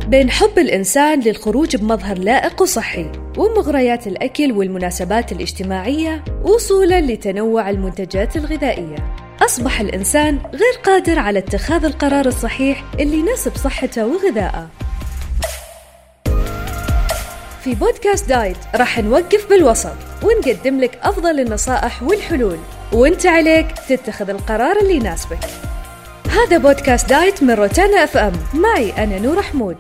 بين حب الإنسان للخروج بمظهر لائق وصحي ومغريات الأكل والمناسبات الاجتماعية وصولاً لتنوع المنتجات الغذائية، أصبح الإنسان غير قادر على اتخاذ القرار الصحيح اللي يناسب صحته وغذائه. في بودكاست دايت راح نوقف بالوسط ونقدم لك أفضل النصائح والحلول، وانت عليك تتخذ القرار اللي يناسبك. هذا بودكاست دايت من روتانا اف ام، معي أنا نور حمود.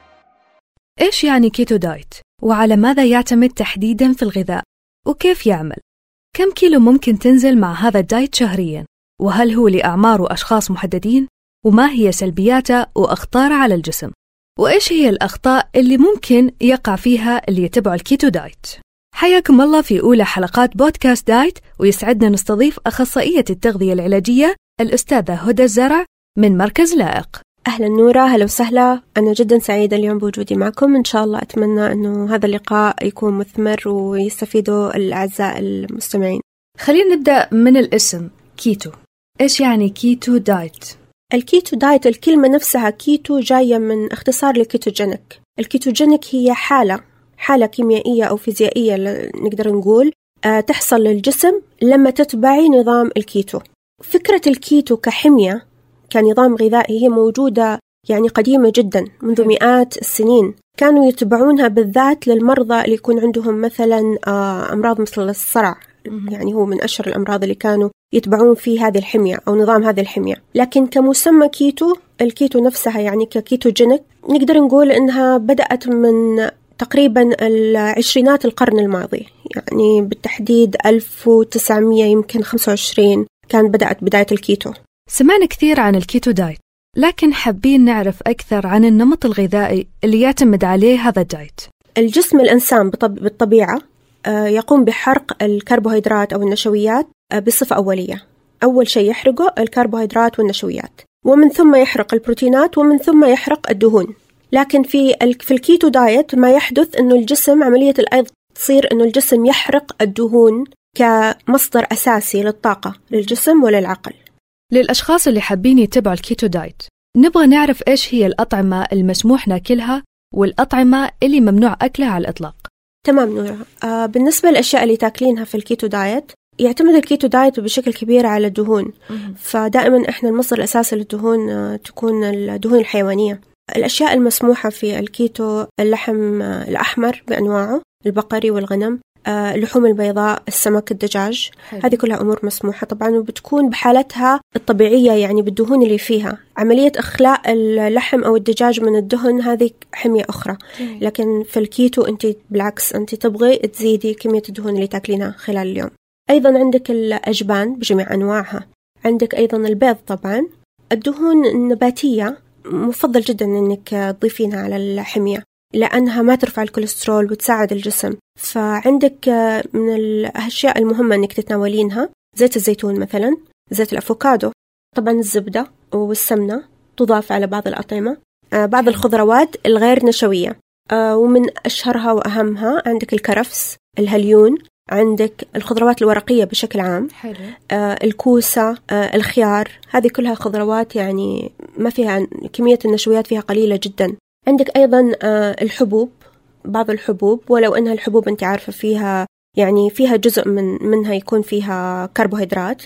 إيش يعني كيتو دايت؟ وعلى ماذا يعتمد تحديداً في الغذاء؟ وكيف يعمل؟ كم كيلو ممكن تنزل مع هذا الدايت شهرياً؟ وهل هو لأعمار وأشخاص محددين؟ وما هي سلبياته وأخطاره على الجسم؟ وإيش هي الأخطاء اللي ممكن يقع فيها اللي يتبعوا الكيتو دايت؟ حياكم الله في أولى حلقات بودكاست دايت، ويسعدنا نستضيف أخصائية التغذية العلاجية الأستاذة هدى الزرع من مركز لائق. أهلا نورة، هلا وسهلا. أنا جدا سعيدة اليوم بوجودي معكم. إن شاء الله أتمنى أنه هذا اللقاء يكون مثمر ويستفيدوا الأعزاء المستمعين. خلينا نبدأ من الاسم كيتو. إيش يعني كيتو دايت؟ الكيتو دايت الكلمة نفسها كيتو جاية من اختصار لكيتوجينيك. الكيتوجينيك هي حالة كيميائية أو فيزيائية نقدر نقول تحصل للجسم لما تتبعي نظام الكيتو. فكرة الكيتو كحمية كنظام غذائي هي موجودة يعني قديمة جدا منذ مئات السنين. كانوا يتبعونها بالذات للمرضى اللي يكون عندهم مثلا أمراض مثل الصرع، يعني هو من أشهر الأمراض اللي كانوا يتبعون فيه هذه الحمية أو نظام هذه الحمية. لكن كمسمى كيتو، الكيتو نفسها يعني ككيتوجينيك، نقدر نقول إنها بدأت من تقريبا العشرينات القرن الماضي، يعني بالتحديد 1900 يمكن 25 كان بدأت بداية الكيتو. سمعنا كثير عن الكيتو دايت، لكن حابين نعرف أكثر عن النمط الغذائي اللي يعتمد عليه هذا الدايت. الجسم الإنسان بالطبيعة يقوم بحرق الكربوهيدرات أو النشويات بصفة أولية. أول شيء يحرقه الكربوهيدرات والنشويات، ومن ثم يحرق البروتينات، ومن ثم يحرق الدهون. لكن في الكيتو دايت ما يحدث إنه الجسم عملية الأيض تصير إنه الجسم يحرق الدهون كمصدر أساسي للطاقة للجسم وللعقل. للأشخاص اللي حابين يتبعوا الكيتو دايت، نبغى نعرف إيش هي الأطعمة المسموح ناكلها والأطعمة اللي ممنوع أكلها على الإطلاق. تمام نورة. بالنسبة للأشياء اللي تاكلينها في الكيتو دايت، يعتمد الكيتو دايت بشكل كبير على الدهون. فدائما إحنا المصدر الأساسي للدهون تكون الدهون الحيوانية. الأشياء المسموحة في الكيتو اللحم الأحمر بأنواعه، البقري والغنم، اللحوم البيضاء، السمك، الدجاج. هذه كلها أمور مسموحة طبعا، وبتكون بحالتها الطبيعية يعني بالدهون اللي فيها. عملية إخلاء اللحم أو الدجاج من الدهن هذه حمية أخرى. لكن في الكيتو أنت بالعكس، أنت تبغي تزيدي كمية الدهون اللي تاكلينها خلال اليوم. أيضا عندك الأجبان بجميع أنواعها، عندك أيضا البيض. طبعا الدهون النباتية مفضل جدا أنك تضيفينها على الحمية لأنها ما ترفع الكوليسترول وتساعد الجسم. فعندك من الأشياء المهمة أنك تتناولينها زيت الزيتون مثلا، زيت الأفوكادو، طبعا الزبدة والسمنة تضاف على بعض الأطعمة، بعض الخضروات الغير نشوية، ومن أشهرها وأهمها عندك الكرفس، الهليون، عندك الخضروات الورقية بشكل عام، الكوسة، الخيار. هذه كلها خضروات يعني ما فيها كمية النشويات فيها قليلة جدا. عندك أيضا الحبوب، بعض الحبوب، ولو أنها الحبوب أنت عارفة فيها يعني فيها جزء منها يكون فيها كربوهيدرات،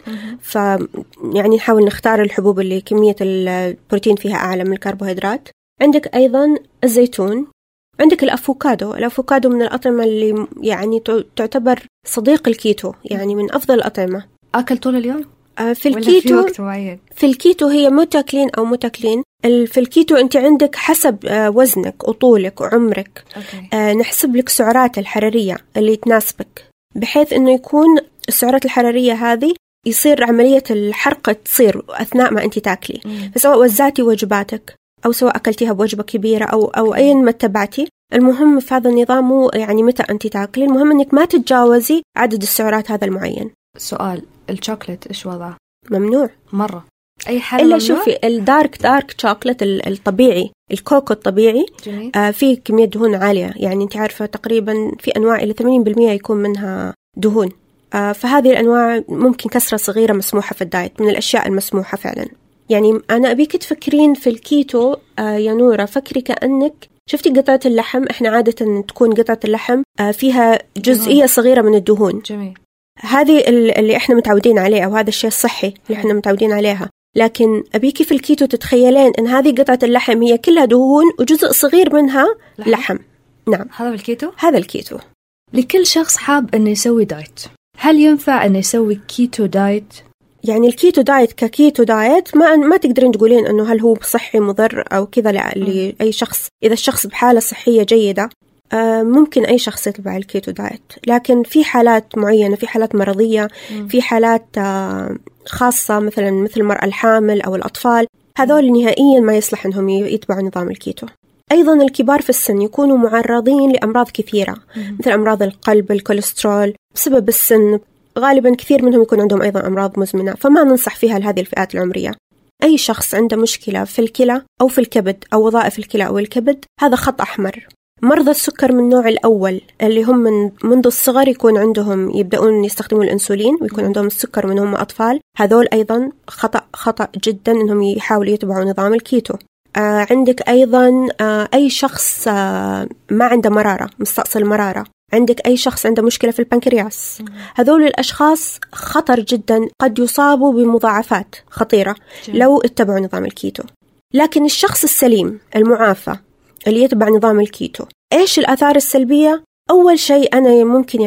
فيعني نحاول نختار الحبوب اللي كمية البروتين فيها أعلى من الكربوهيدرات. عندك أيضا الزيتون، عندك الأفوكادو من الأطعمة اللي يعني تعتبر صديق الكيتو، يعني من أفضل الأطعمة. أكل طول اليوم؟ في الكيتو في الكيتو هي مو تاكلين أو مو تاكلين. في الكيتو أنت عندك حسب وزنك وطولك وعمرك، نحسب لك سعرات الحرارية اللي تناسبك، بحيث أنه يكون السعرات الحرارية هذه يصير عملية الحرق تصير أثناء ما أنت تاكلي. فسواء وزعتي وجباتك أو سواء أكلتيها بوجبة كبيرة أو أي ما اتبعتي، المهم في هذا النظام مو يعني متى أنت تاكلي، المهم أنك ما تتجاوزي عدد السعرات هذا المعين. سؤال، الشوكولات إيش وضعه؟ ممنوع مرة، أي حاجة إلا ممنوع؟ شوفي دارك شوكولات الطبيعي، الكوكو الطبيعي، فيه كمية دهون عالية، يعني أنت عارفة تقريبا في أنواع إلى 80% يكون منها دهون. فهذه الأنواع ممكن كسرة صغيرة مسموحة في الدايت، من الأشياء المسموحة فعلا. يعني أنا أبيك تفكرين في الكيتو يا نورة، فكري كأنك شفتي قطعة اللحم. إحنا عادة تكون قطعة اللحم فيها جزئية صغيرة من الدهون. جميل. هذه اللي إحنا متعودين عليه، أو هذا الشيء الصحي اللي إحنا متعودين عليها. لكن أبيكي في الكيتو تتخيلين إن هذه قطعة اللحم هي كلها دهون وجزء صغير منها لحم. نعم، هذا الكيتو. هذا الكيتو. لكل شخص حاب إنه يسوي دايت، هل ينفع إنه يسوي كيتو دايت؟ يعني الكيتو دايت ككيتو دايت ما تقدرين تقولين إنه هل هو صحي مضر أو كذا. لا، لأي شخص، إذا الشخص بحالة صحية جيدة ممكن أي شخص يتبع الكيتو دايت. لكن في حالات معينة، في حالات مرضية، في حالات خاصة مثل المرأة الحامل أو الأطفال، هذول نهائيا ما يصلح أنهم يتبعوا نظام الكيتو. أيضا الكبار في السن يكونوا معرضين لأمراض كثيرة مثل أمراض القلب، الكوليسترول، بسبب السن. غالبا كثير منهم يكون عندهم أيضا أمراض مزمنة، فما ننصح فيها لهذه الفئات العمرية. أي شخص عنده مشكلة في الكلى أو في الكبد أو وظائف الكلى أو الكبد، هذا خط أحمر. مرضى السكر من النوع الأول اللي هم منذ الصغر يكون عندهم، يبدأون يستخدموا الأنسولين ويكون عندهم السكر من هم أطفال، هذول أيضا خطأ جدا إنهم يحاولوا يتبعوا نظام الكيتو. عندك أيضا أي شخص ما عنده مرارة، مستأصل مرارة. عندك أي شخص عنده مشكلة في البنكرياس، هذول الأشخاص خطر جدا، قد يصابوا بمضاعفات خطيرة لو اتبعوا نظام الكيتو. لكن الشخص السليم المعافى اللي يتبع نظام الكيتو، إيش الآثار السلبية؟ أول شيء أنا ممكن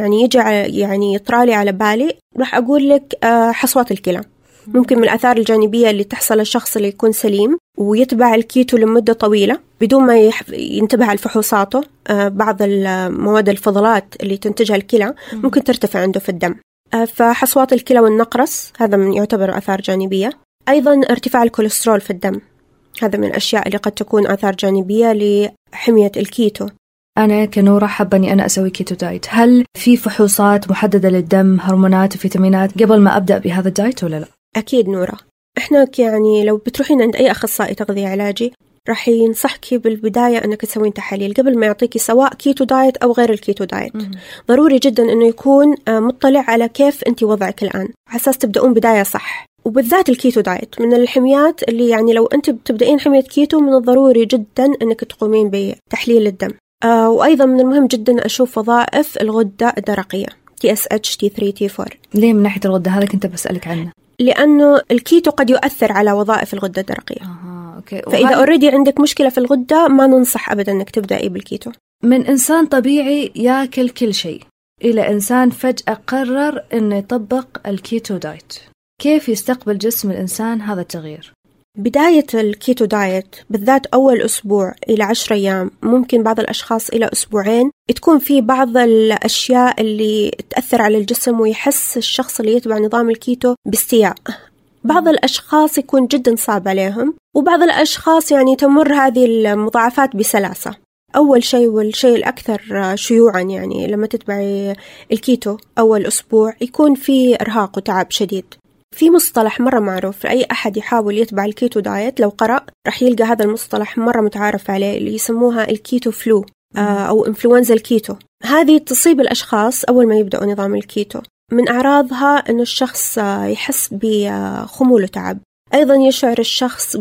يعني يطرالي على بالي، راح أقول لك حصوات الكلى. ممكن من الآثار الجانبية اللي تحصل للشخص اللي يكون سليم ويتبع الكيتو لمدة طويلة بدون ما ينتبه على فحوصاته، بعض المواد الفضلات اللي تنتجها الكلى ممكن ترتفع عنده في الدم. فحصوات الكلى والنقرس هذا من يعتبر آثار جانبية. أيضا ارتفاع الكوليسترول في الدم، هذا من الأشياء اللي قد تكون آثار جانبية لحمية الكيتو. أنا كنورة حابة أني أنا أسوي كيتو دايت، هل في فحوصات محددة للدم، هرمونات وفيتامينات قبل ما أبدأ بهذا الدايت ولا لا؟ أكيد نورة، إحنا يعني لو بتروحين عند أي أخصائي تغذية علاجي راح ينصحك بالبداية أنك تسوين تحاليل قبل ما يعطيكي سواء كيتو دايت أو غير الكيتو دايت. ضروري جدا أنه يكون مطلع على كيف أنت وضعك الآن، على أساس تبدأون بداية صح. وبالذات الكيتو دايت من الحميات اللي يعني لو أنت بتبدأين حمية كيتو من الضروري جدا أنك تقومين بتحليل الدم. وأيضا من المهم جدا أشوف وظائف الغدة الدرقية TSH T3 T4. ليه من ناحية الغدة؟ هذا كنت بسألك عنه. لأنه الكيتو قد يؤثر على وظائف الغدة الدرقية. أوكي. فإذا أوريدي عندك مشكلة في الغدة ما ننصح أبدا أنك تبدأي بالكيتو. من إنسان طبيعي يأكل كل شيء إلى إنسان فجأة قرر أنه يطبق الكيتو دايت، كيف يستقبل جسم الإنسان هذا التغيير؟ بداية الكيتو دايت بالذات أول أسبوع إلى 10 أيام، ممكن بعض الأشخاص إلى أسبوعين، تكون في بعض الأشياء اللي تأثر على الجسم ويحس الشخص اللي يتبع نظام الكيتو باستياء. بعض الأشخاص يكون جدا صعب عليهم، وبعض الأشخاص يعني تمر هذه المضاعفات بسلاسة. أول شيء والشيء الأكثر شيوعا يعني لما تتبعي الكيتو أول أسبوع يكون في إرهاق وتعب شديد. في مصطلح مرة معروف لأي أحد يحاول يتبع الكيتو دايت، لو قرأ رح يلقى هذا المصطلح مرة متعارف عليه اللي يسموها الكيتو فلو أو إنفلونزا الكيتو. هذه تصيب الأشخاص أول ما يبدأوا نظام الكيتو. من أعراضها أن الشخص يحس بخمول وتعب، أيضا يشعر الشخص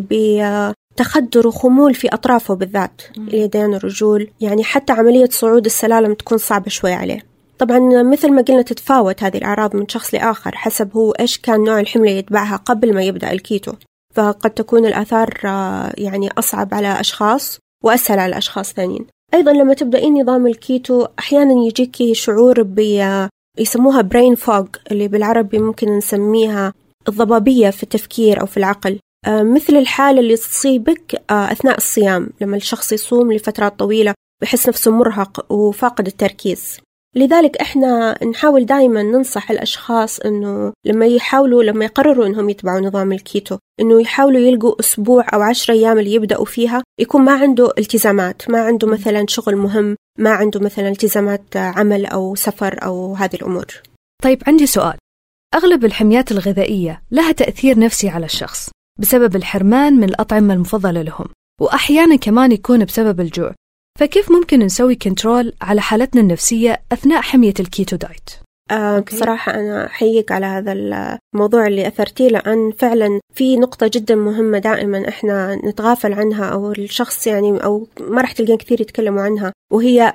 بتخدر وخمول في أطرافه بالذات اليدين والرجول، يعني حتى عملية صعود السلالم تكون صعبة شوي عليه. طبعا مثل ما قلنا تتفاوت هذه الأعراض من شخص لآخر حسب هو إيش كان نوع الحملة يتبعها قبل ما يبدأ الكيتو، فقد تكون الآثار يعني أصعب على أشخاص وأسهل على أشخاص ثانيين. أيضا لما تبدأين نظام الكيتو أحيانا يجيكي شعور يسموها brain fog اللي بالعربي ممكن نسميها الضبابية في التفكير أو في العقل، مثل الحالة اللي تصيبك أثناء الصيام لما الشخص يصوم لفترات طويلة ويحس نفسه مرهق وفاقد التركيز. لذلك إحنا نحاول دائما ننصح الأشخاص إنه لما يقرروا إنهم يتبعوا نظام الكيتو إنه يحاولوا يلقوا أسبوع أو 10 أيام اللي يبدأوا فيها يكون ما عنده التزامات، ما عنده مثلا شغل مهم، ما عنده مثلا التزامات عمل أو سفر أو هذه الأمور. طيب عندي سؤال، أغلب الحميات الغذائية لها تأثير نفسي على الشخص بسبب الحرمان من الأطعمة المفضلة لهم، وأحيانا كمان يكون بسبب الجوع، فكيف ممكن نسوي كنترول على حالتنا النفسية أثناء حمية الكيتو دايت؟ بصراحة أنا أحييك على هذا الموضوع اللي أثرتيه، لأن فعلا في نقطة جدا مهمة دائما إحنا نتغافل عنها، أو الشخص يعني أو ما راح تلقين كثير يتكلموا عنها، وهي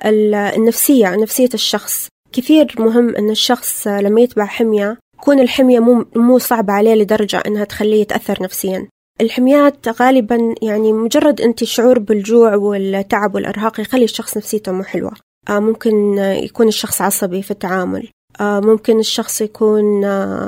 نفسية الشخص. كثير مهم أن الشخص لما يتبع حمية تكون الحمية مو صعبة عليه لدرجة أنها تخليه يتأثر نفسيا. الحميات غالبا يعني مجرد أنت شعور بالجوع والتعب والإرهاق يخلي الشخص نفسيته مو حلوة. ممكن يكون الشخص عصبي في التعامل، ممكن الشخص يكون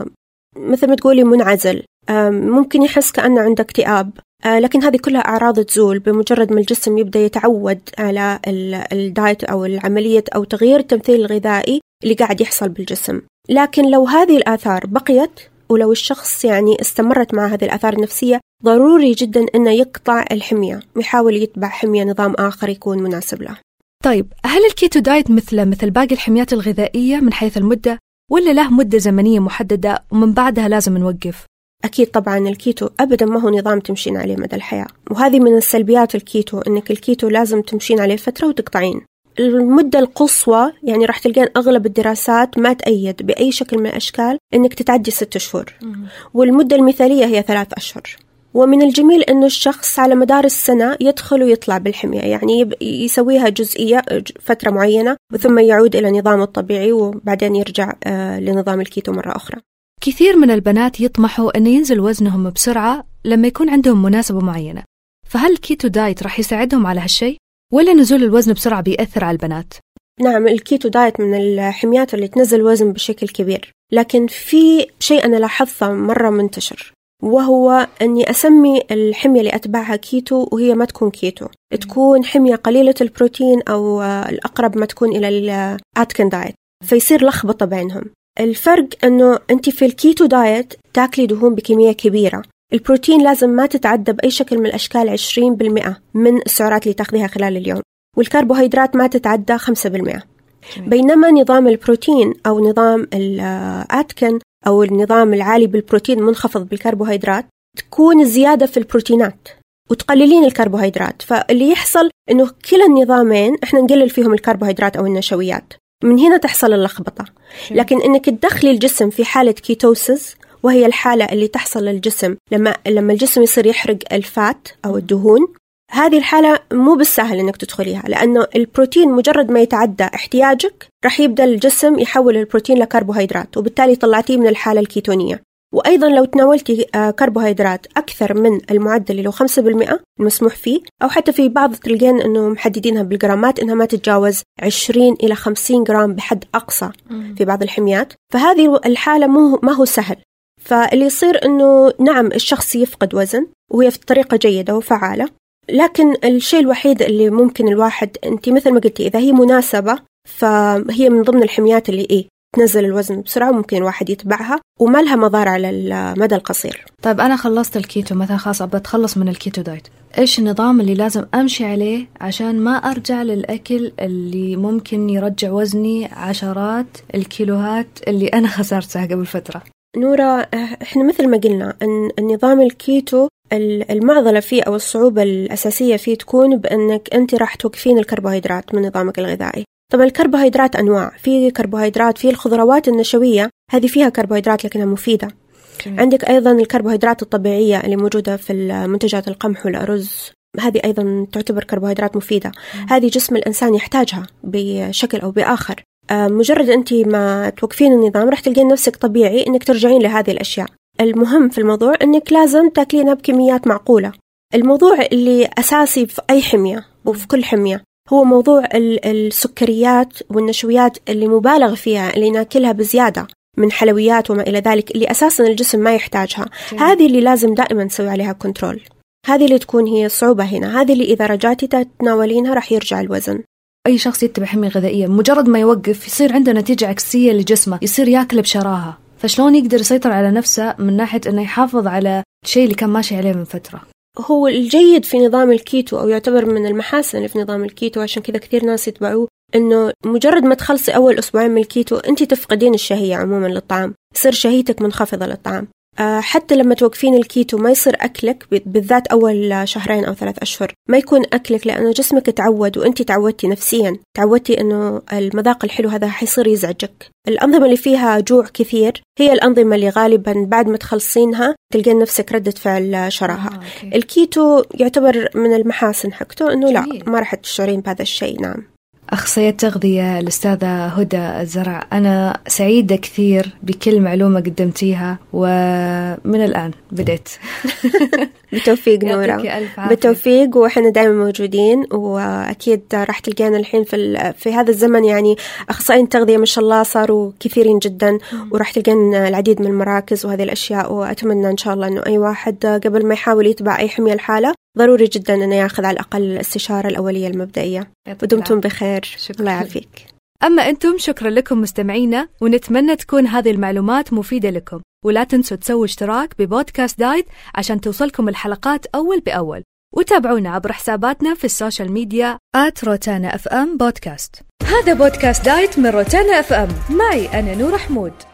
مثل ما تقولي منعزل، ممكن يحس كأنه عنده اكتئاب. لكن هذه كلها أعراض تزول بمجرد ما الجسم يبدأ يتعود على الدايت أو العملية أو تغيير التمثيل الغذائي اللي قاعد يحصل بالجسم. لكن لو هذه الآثار بقيت ولو الشخص يعني استمرت مع هذه الآثار النفسية، ضروري جدا أنه يقطع الحمية ويحاول يتبع حمية نظام آخر يكون مناسب له. طيب هل الكيتو دايت مثل باقي الحميات الغذائية من حيث المدة، ولا له مدة زمنية محددة ومن بعدها لازم نوقف؟ أكيد طبعا الكيتو أبدا ما هو نظام تمشين عليه مدى الحياة، وهذه من السلبيات الكيتو، أنك الكيتو لازم تمشين عليه فترة وتقطعين. المدة القصوى يعني راح تلقين أغلب الدراسات ما تأيد بأي شكل من الأشكال أنك تتعدي 6 شهور، والمدة المثالية هي 3 أشهر. ومن الجميل أنه الشخص على مدار السنة يدخل ويطلع بالحمية، يعني يسويها جزئية فترة معينة ثم يعود إلى نظامه الطبيعي وبعدين يرجع لنظام الكيتو مرة أخرى. كثير من البنات يطمحوا أن ينزل وزنهم بسرعة لما يكون عندهم مناسبة معينة، فهل الكيتو دايت راح يساعدهم على هالشيء؟ ولا نزول الوزن بسرعة بيأثر على البنات؟ نعم، الكيتو دايت من الحميات اللي تنزل وزن بشكل كبير، لكن في شيء أنا لاحظته مرة منتشر، وهو أني أسمي الحمية اللي أتبعها كيتو وهي ما تكون كيتو، تكون حمية قليلة البروتين أو الأقرب ما تكون إلى الأتكن دايت، فيصير لخبطة بينهم. الفرق أنه أنت في الكيتو دايت تاكلي دهون بكمية كبيرة، البروتين لازم ما تتعدى بأي شكل من الأشكال 20% من السعرات اللي تاخذيها خلال اليوم، والكربوهيدرات ما تتعدى 5%. بينما نظام البروتين أو نظام الأتكن أو النظام العالي بالبروتين منخفض بالكربوهيدرات تكون الزيادة في البروتينات وتقللين الكربوهيدرات، فاللي يحصل إنه كلا النظامين إحنا نقلل فيهم الكربوهيدرات أو النشويات، من هنا تحصل اللخبطة. لكن إنك تدخلي الجسم في حالة كيتوسيس، وهي الحالة اللي تحصل للجسم لما الجسم يصير يحرق الفات أو الدهون، هذه الحالة مو بالسهل إنك تدخليها، لأنه البروتين مجرد ما يتعدى احتياجك راح يبدأ الجسم يحول البروتين لكربوهيدرات، وبالتالي طلعتيه من الحالة الكيتونية. وأيضا لو تناولتي كربوهيدرات أكثر من المعدل اللي هو 5% المسموح فيه، أو حتى في بعض تلقين أنه محددينها بالجرامات أنها ما تتجاوز 20 إلى 50 جرام بحد أقصى في بعض الحميات، فهذه الحالة ما هو سهل. فاللي يصير أنه نعم الشخص يفقد وزن وهي في طريقة جيدة وفعالة، لكن الشيء الوحيد اللي ممكن الواحد، أنت مثل ما قلتي، إذا هي مناسبة فهي من ضمن الحميات اللي تنزل الوزن بسرعة وممكن الواحد يتبعها وما لها مضار على المدى القصير. طيب أنا خلصت الكيتو مثلا، خلاص بتخلص من الكيتو دايت، إيش النظام اللي لازم أمشي عليه عشان ما أرجع للأكل اللي ممكن يرجع وزني عشرات الكيلوهات اللي أنا خسرتها قبل فترة؟ نورة، إحنا مثل ما قلنا أن النظام الكيتو المعضلة فيه أو الصعوبة الأساسية فيه تكون بأنك أنت راح توقفين الكربوهيدرات من نظامك الغذائي. طبعا الكربوهيدرات أنواع، في كربوهيدرات في الخضروات النشوية، هذه فيها كربوهيدرات لكنها مفيدة. عندك أيضا الكربوهيدرات الطبيعية اللي موجودة في منتجات القمح والأرز، هذه أيضا تعتبر كربوهيدرات مفيدة، هذه جسم الإنسان يحتاجها بشكل أو بآخر. مجرد أنت ما توقفين النظام راح تلقين نفسك طبيعي أنك ترجعين لهذه الأشياء. المهم في الموضوع أنك لازم تاكلينها بكميات معقولة. الموضوع اللي أساسي في أي حمية وفي كل حمية هو موضوع السكريات والنشويات اللي مبالغ فيها، اللي ناكلها بزيادة من حلويات وما إلى ذلك، اللي أساساً الجسم ما يحتاجها. هذه اللي لازم دائماً نسوي عليها كنترول، هذه اللي تكون هي الصعوبة هنا، هذه اللي إذا رجعتي تتناولينها راح يرجع الوزن. أي شخص يتبع حمية غذائية مجرد ما يوقف يصير عنده نتيجة عكسية لجسمه، يصير يأكل بشراهة، فشلون يقدر يسيطر على نفسه من ناحية أنه يحافظ على الشيء اللي كان ماشي عليه من فترة؟ هو الجيد في نظام الكيتو أو يعتبر من المحاسن اللي في نظام الكيتو، عشان كذا كثير ناس يتبعوه، إنه مجرد ما تخلصي أول أسبوعين من الكيتو أنت تفقدين الشهية عموما للطعام، يصير شهيتك منخفضة للطعام. حتى لما توقفين الكيتو ما يصير أكلك، بالذات أول 2 أو 3 أشهر ما يكون أكلك، لأنه جسمك تعود وأنت تعودتي نفسيا، تعودتي أنه المذاق الحلو هذا حيصير يزعجك. الأنظمة اللي فيها جوع كثير هي الأنظمة اللي غالبا بعد ما تخلصينها تلقين نفسك ردة فعل شراهة. الكيتو يعتبر من المحاسن حقته أنه لا، ما راح تشعرين بهذا الشيء. نعم. أخصائية تغذية الأستاذة هدى الزرع، أنا سعيدة كثير بكل معلومة قدمتيها، ومن الآن بديت. بالتوفيق نورا، بالتوفيق، وإحنا دائما موجودين، وأكيد راح تلقينا الحين في هذا الزمن يعني أخصائيين تغذية ما شاء الله صاروا كثيرين جدا، وراح تلقينا العديد من المراكز وهذه الأشياء. وأتمنى إن شاء الله إنه أي واحد قبل ما يحاول يتبع أي حمية الحالة ضروري جدا أنه يأخذ على الأقل الاستشارة الأولية المبدئية. ودمتم بخير، الله يعافيك. أما أنتم شكرا لكم مستمعينا، ونتمنى تكون هذه المعلومات مفيدة لكم، ولا تنسوا تسووا اشتراك ببودكاست دايت عشان توصلكم الحلقات أول بأول، وتابعونا عبر حساباتنا في السوشيال ميديا @روتانا FM بودكاست. هذا بودكاست دايت من روتانا FM، معي أنا نور حمود.